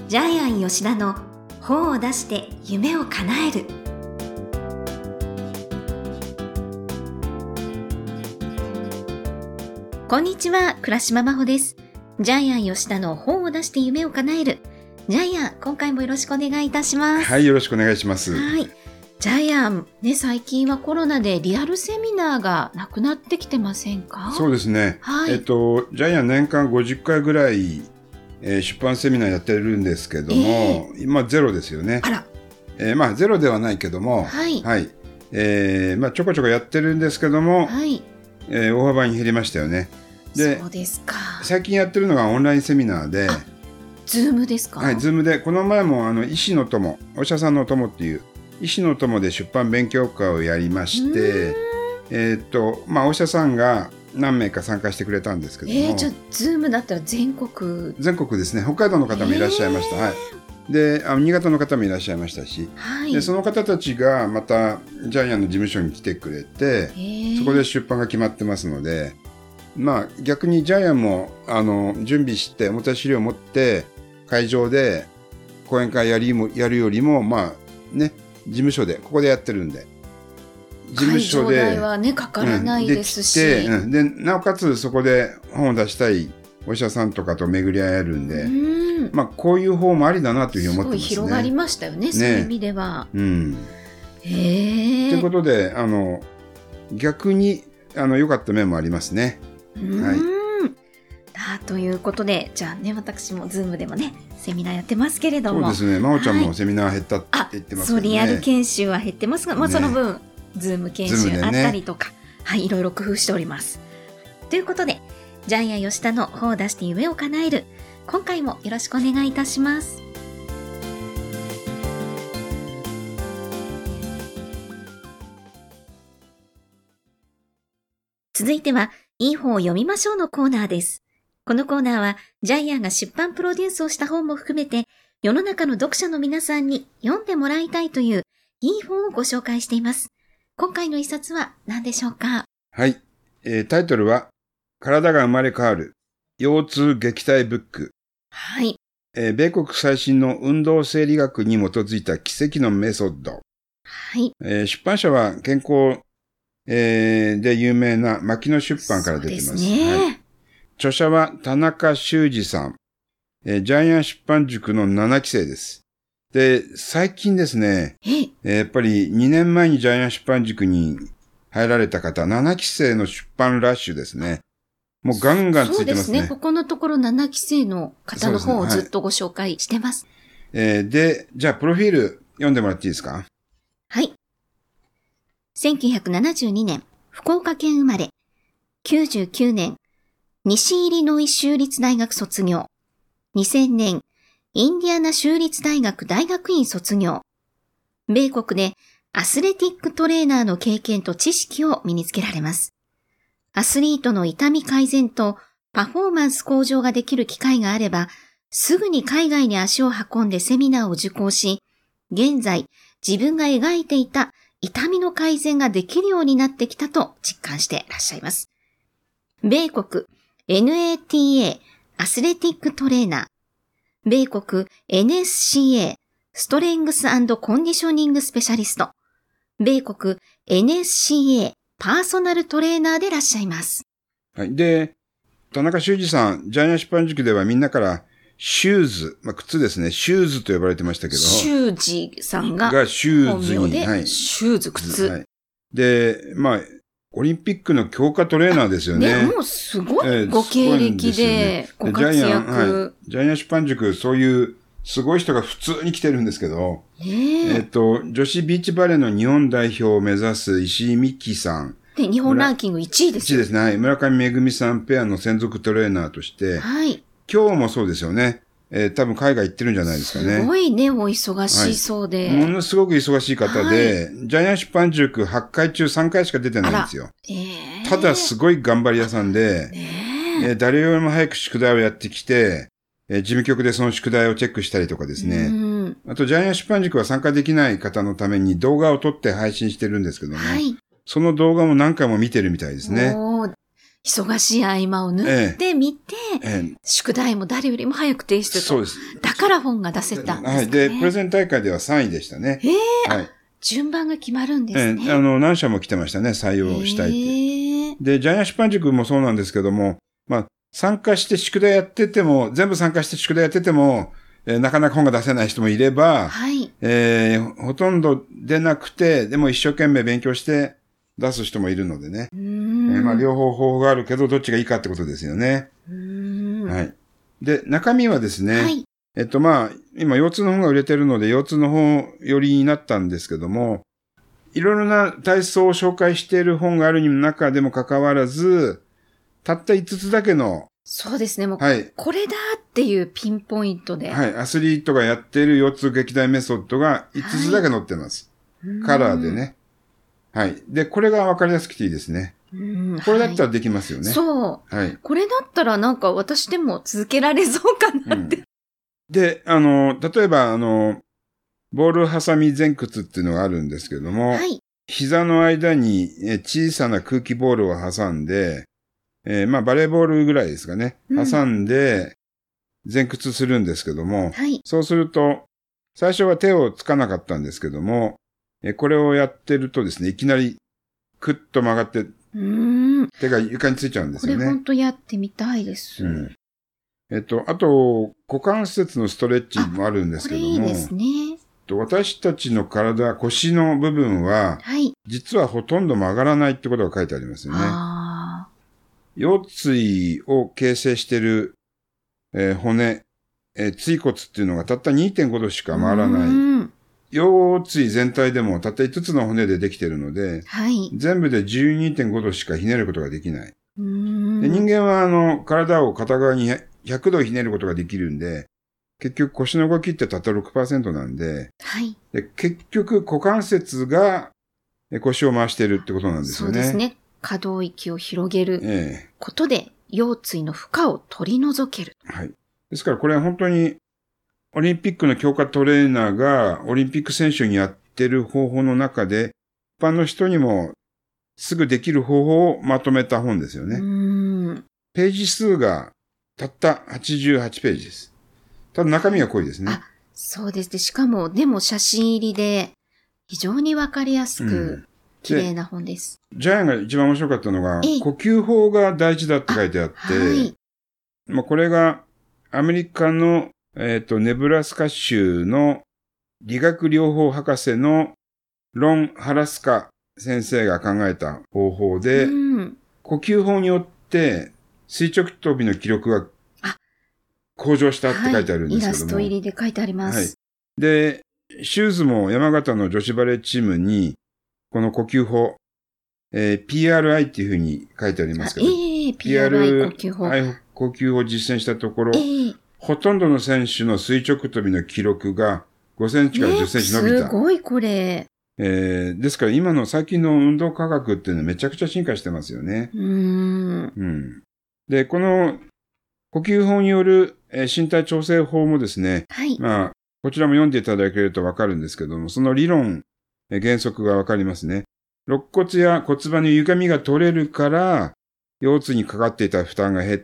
ジャイアン吉田の本を出して夢を叶える。こんにちは、倉島真帆です。ジャイアン吉田の本を出して夢を叶える。ジャイアン、今回もよろしくお願いいたします。 はい、よろしくお願いします。 はい。ジャイアン、ね、最近はコロナでリアルセミナーがなくなってきてませんか？ そうですね。 はい。 ジャイアン年間50回ぐらい、出版セミナーやってるんですけども、今ゼロですよね。 あら。ゼロではないけども、 はい。 はい。ちょこちょこやってるんですけども、 はい。 大幅に減りましたよね。で、 そうですか。 最近やってるのがオンラインセミナーで、 ズームですか？ はい、ズームで、この前も医師の友、お医者さんの友っていう、医師の友で出版勉強会をやりまして、お医者さんが何名か参加してくれたんですけども、 じゃあズームだったら全国ですね。北海道の方もいらっしゃいました。はい。で、新潟の方もいらっしゃいましたし、 はい。 でその方たちがまたジャイアンの事務所に来てくれて、そこで出版が決まってますので、逆にジャイアンも準備して重たい資料を持って会場で講演会やるよりも事務所でここでやってるんで、事務所で会場代はねかからないですし、 でなおかつそこで本を出したいお医者さんとかと巡り合えるんで、こういう方もありだなというふうに思ってますね。 すごい広がりましたよね、そういう意味では。ということで逆に良かった面もありますね。はい。 ということで、じゃあね、私もズームでもねセミナーやってますけれども、 そうですね。真央ちゃんもセミナー減ったって言ってますけどね。 そう、リアル研修は減ってますが、その分ズーム研修あったりとか、いろいろ工夫しております。ということで、ジャイアン吉田の本を出して夢を叶える、今回もよろしくお願いいたします。続いてはいい本を読みましょうのコーナーです。このコーナーはジャイアンが出版プロデュースをした本も含めて、世の中の読者の皆さんに読んでもらいたいといういい本をご紹介しています。今回の一冊は何でしょうか？ はい、タイトルは体が生まれ変わる腰痛撃退ブック。 はい。 米国最新の運動生理学に基づいた奇跡のメソッド。 はい。 出版社は健康、で有名な牧野出版から出ています。 そうですね。 はい、著者は田中修二さん。ジャイアン出版塾の7期生です。で、最近ですね、やっぱり2年前にジャイアン出版塾に入られた方、7期生の出版ラッシュですね。もうガンガンついてますね。そうですね。 ここのところ7期生の方の本をずっとご紹介してます。 で、じゃあプロフィール読んでもらっていいですか？ はい。1972年、福岡県生まれ。99年、西イリノイ州立大学卒業。2000年、インディアナ州立大学大学院卒業。米国でアスレティックトレーナーの経験と知識を身につけられます。アスリートの痛み改善とパフォーマンス向上ができる機会があれば、すぐに海外に足を運んでセミナーを受講し、現在自分が描いていた痛みの改善ができるようになってきたと実感していらっしゃいます。米国 NATA アスレティックトレーナー、米国 NSCA ストレングス&コンディショニングスペシャリスト、米国 NSCA パーソナルトレーナーでいらっしゃいます。 はい。で、田中修二さん、ジャイアン出版塾ではみんなからシューズ、靴ですね、シューズと呼ばれてましたけど。 修二さんがシューズに、 シューズ、靴。 はい。で、オリンピックの強化トレーナーですよね。 もうすごいご経歴で、ご活躍。 ジャイアン出版塾、そういうすごい人が普通に来てるんですけど、女子ビーチバレーの日本代表を目指す石井美希さん。 で、日本ランキング1位です。 1位ですね。はい。村上めぐみさんペアの専属トレーナーとして、 はい。 今日もそうですよね。多分海外行ってるんじゃないですかね。 すごいね、お忙しそうで。 ものすごく忙しい方で、ジャイアン出版塾8回中3回しか出てないんですよ。ただすごい頑張り屋さんで、誰よりも早く宿題をやってきて、事務局でその宿題をチェックしたりとかですね。あと、ジャイアン出版塾は参加できない方のために動画を撮って配信してるんですけども、その動画も何回も見てるみたいですね。 忙しい合間を縫ってみて、宿題も誰よりも早く提出と。 そうです。 だから本が出せたんですかね。 はい。で、プレゼン大会では3位でしたね。 はい。順番が決まるんですね。 何社も来てましたね、採用したいって。で、ジャイアン出版塾もそうなんですけども、まあ、参加して宿題やってても、全部参加して宿題やってても、なかなか本が出せない人もいれば、 はい。 ほとんど出なくて、でも一生懸命勉強して出す人もいるのでね。まあ、両方方法があるけど、どっちがいいかってことですよね。はい。で、中身はですね、はい、まあ、今、腰痛の本が売れてるので、腰痛の本寄りになったんですけども、いろいろな体操を紹介している本がある中でもかかわらず、たった5つだけの、 そうですね、もう、はい、これだっていうピンポイントで。 はい、アスリートがやっている腰痛撃退メソッドが5つだけ載ってます。はい、カラーでね。はい。で、これがわかりやすくていいですね。これだったらできますよね。 はい、そう。はい。これだったらなんか私でも続けられそうかなって。 で、例えば、ボール挟み前屈っていうのがあるんですけども、はい。膝の間に小さな空気ボールを挟んで、まあ、バレーボールぐらいですかね。挟んで、前屈するんですけども、はい。そうすると、最初は手をつかなかったんですけども、これをやってるとですね、いきなり、クッと曲がって、手が床についちゃうんですよね。 これ本当やってみたいです。 あと、股関節のストレッチもあるんですけども、 これいいですね。 私たちの体、腰の部分は、はい、実はほとんど曲がらないってことが書いてありますよね。腰椎を形成している、骨、椎骨っていうのがたった 2.5 度しか曲がらない。腰椎全体でもたった5つの骨でできているので、はい、全部で 12.5 度しかひねることができない。で人間は体を片側に100度ひねることができるんで、結局腰の動きってたった 6% なんで、はい、で結局股関節が腰を回しているってことなんですよね。 そうですね。可動域を広げることで、腰椎の負荷を取り除ける。 はい。ですからこれは本当にオリンピックの強化トレーナーがオリンピック選手にやってる方法の中で、一般の人にもすぐできる方法をまとめた本ですよね。ページ数がたった88ページです。ただ中身が濃いですね。 そうですね。しかも、でも写真入りで非常にわかりやすく、綺麗な本です。 ジャイアンが一番面白かったのが、呼吸法が大事だって書いてあって、はい、まあこれがアメリカのネブラスカ州の理学療法博士のロン・ハラスカ先生が考えた方法で、呼吸法によって垂直跳びの記録が向上したって書いてあるんですけども、イラスト入りで書いてあります。はい。 で、シューズも山形の女子バレーチームに、この呼吸法、PRI っていうふうに書いてありますけど、 PRI 呼吸法。 呼吸法を実践したところ、ほとんどの選手の垂直跳びの記録が5センチから10センチ伸びた。 すごいこれ。 ですから今の最近の運動科学っていうのはめちゃくちゃ進化してますよね。で、この呼吸法による身体調整法もですね、はい、まあ、こちらも読んでいただけるとわかるんですけども、その理論、原則がわかりますね。肋骨や骨盤の歪みが取れるから、腰痛にかかっていた負担が減って、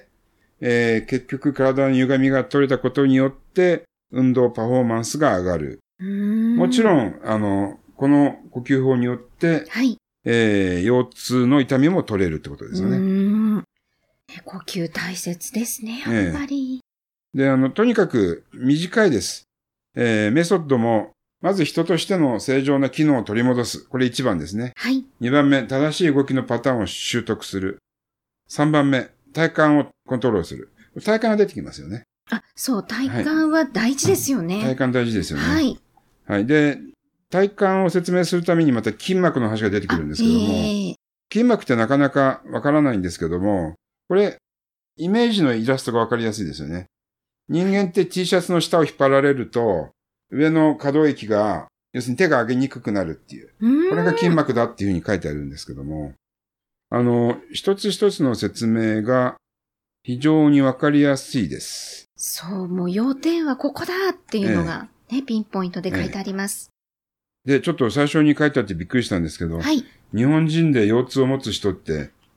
結局体の歪みが取れたことによって、運動パフォーマンスが上がる。もちろん、この呼吸法によって、はい、腰痛の痛みも取れるってことですよね。 呼吸大切ですね、やっぱり。 で、とにかく短いです。メソッドも、まず人としての正常な機能を取り戻す。これ1番ですね。はい。2番目、正しい動きのパターンを習得する。3番目、体幹をコントロールする。体幹が出てきますよね。 そう、体幹は大事ですよね。 体幹大事ですよね。 はい。 はい。で、体幹を説明するためにまた筋膜の話が出てくるんですけども、筋膜ってなかなかわからないんですけども、これ、イメージのイラストがわかりやすいですよね。人間って T シャツの下を引っ張られると、上の可動域が、要するに手が上げにくくなるっていう。これが筋膜だっていうふうに書いてあるんですけども、一つ一つの説明が非常にわかりやすいです。 そう、もう要点はここだっていうのがね、ピンポイントで書いてあります。 で、ちょっと最初に書いてあってびっくりしたんですけど、はい、日本人で腰痛を持つ人って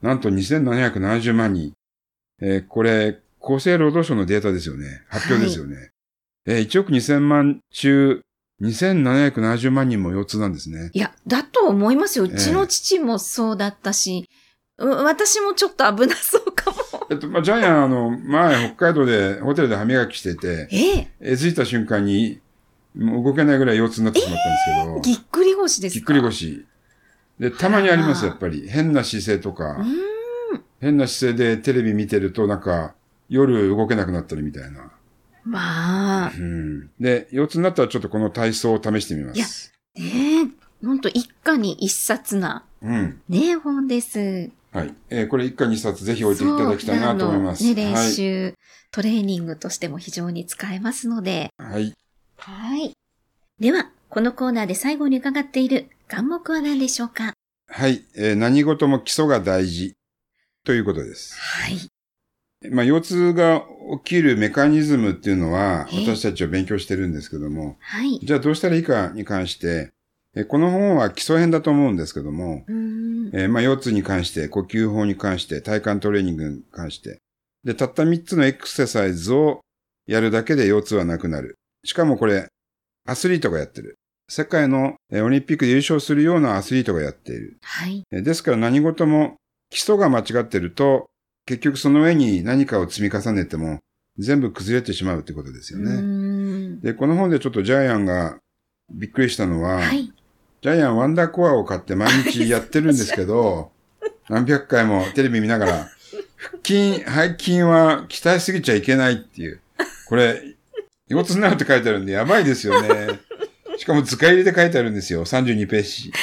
なんと2770万人。これ、厚生労働省のデータですよね。発表ですよね。1億2000万中、2770万人も腰痛なんですね。 いや、だと思いますよ。うちの父もそうだったし、私もちょっと危なそうかも。 ジャイアン、前、北海道で、ホテルで歯磨きしてて、ついた瞬間に、もう動けないぐらい腰痛になってしまったんですけど。 ぎっくり腰ですか？ ぎっくり腰。で、たまにあります、やっぱり。変な姿勢とか。変な姿勢でテレビ見てると、なんか、夜動けなくなったりみたいな。 まあ。 で、腰痛になったらちょっとこの体操を試してみます。 いや、ほんと一家に一冊な、本です。 はい。これ一家に一冊ぜひ置いていただきたいなと思います。 練習、トレーニングとしても非常に使えますので。 はい。 はい。では、このコーナーで最後に伺っている願目は何でしょうか？ はい。何事も基礎が大事ということです。 はい。 腰痛が起きるメカニズムっていうのは、私たちは勉強してるんですけども、 はい。 じゃあどうしたらいいかに関して、この本は基礎編だと思うんですけども、腰痛に関して、呼吸法に関して、体幹トレーニングに関して、で、たった3つのエクササイズをやるだけで腰痛はなくなる。しかもこれ、アスリートがやってる。世界のオリンピックで優勝するようなアスリートがやっている。 はい。 ですから何事も基礎が間違ってると、結局その上に何かを積み重ねても全部崩れてしまうってことですよね。で、この本でちょっとジャイアンがびっくりしたのは、ジャイアンワンダーコアを買って毎日やってるんですけど、何百回もテレビ見ながら、腹筋、背筋は鍛えすぎちゃいけないっていう。これ、腰痛になるって書いてあるんでやばいですよね。しかも図解入れで書いてあるんですよ。32ページ。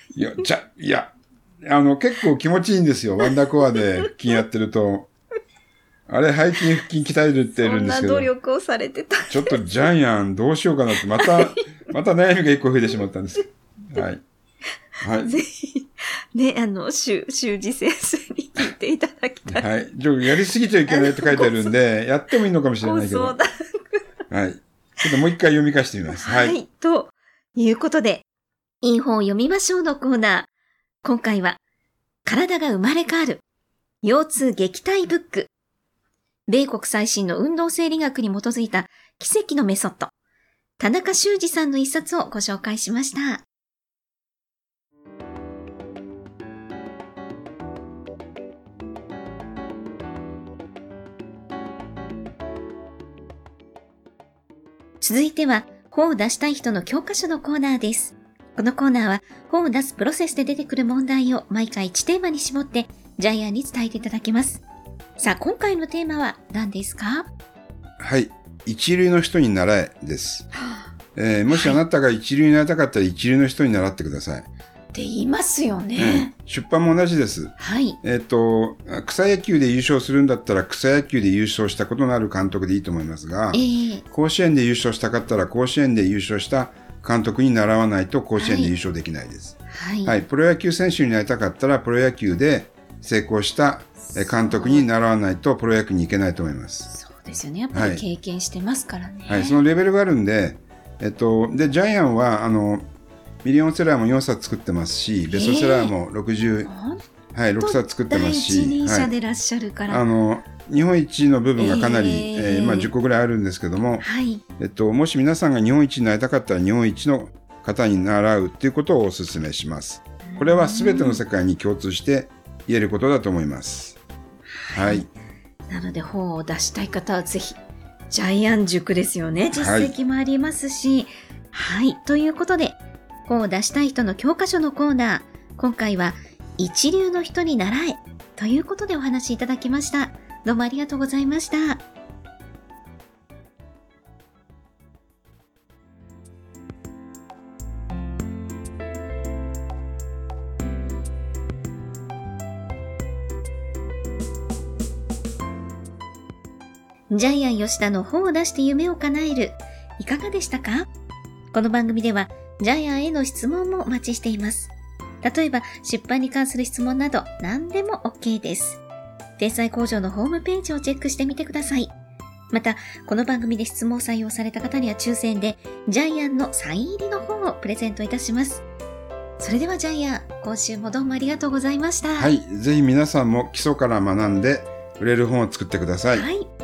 結構気持ちいいんですよ。ワンダーコアで腹筋やってると。あれ、背筋、腹筋鍛えるって言うんですけど。 そんな努力をされてた。 ちょっとジャイアンどうしようかなって、また悩みが一個増えてしまったんです。はい。はい。 ぜひ、ね、修二先生に聞いていただきたい。 はい。やりすぎちゃいけないって書いてあるんで、やってもいいのかもしれないけど。はい。ちょっともう一回読み返してみます。 はい。ということで、いい本を読みましょうのコーナー。今回は、体が生まれ変わる、腰痛撃退ブック。米国最新の運動生理学に基づいた奇跡のメソッド。田中修二さんの一冊をご紹介しました。続いては、本を出したい人の教科書のコーナーです。このコーナーは本を出すプロセスで出てくる問題を毎回1テーマに絞ってジャイアンに伝えていただきます。さあ、今回のテーマは何ですか？ はい。一流の人に習えです。もしあなたが一流になりたかったら一流の人に習ってください。 って言いますよね。 出版も同じです。 はい。 草野球で優勝するんだったら草野球で優勝したことのある監督でいいと思いますが、甲子園で優勝したかったら甲子園で優勝した監督に習わないと甲子園で優勝できないです。はい。プロ野球選手になりたかったらプロ野球で成功した監督に習わないとプロ野球に行けないと思います。 そうですよね。やっぱり経験してますからね。 はい。そのレベルがあるんで、で、ジャイアンは、ミリオンセラーも4冊作ってますし、ベストセラーも6冊作ってますし、 第一人者でいらっしゃるから。 日本一の部分がかなり、10個ぐらいあるんですけども、もし皆さんが日本一になりたかったら日本一の方に習うっていうことをお勧めします。これは全ての世界に共通して言えることだと思います。はい。 なので本を出したい方はぜひ、ジャイアン塾ですよね。実績もありますし。はい。ということで、本を出したい人の教科書のコーナー。今回は、一流の人に習えということでお話しいただきました。どうもありがとうございました。ジャイアン吉田の本を出して夢を叶える。いかがでしたか？この番組ではジャイアンへの質問もお待ちしています。例えば出版に関する質問など何でも OK です。天才工場のホームページをチェックしてみてください。また、この番組で質問を採用された方には抽選でジャイアンのサイン入りの本をプレゼントいたします。 それではジャイアン、今週もどうもありがとうございました。 はい。ぜひ皆さんも基礎から学んで売れる本を作ってください。 はい。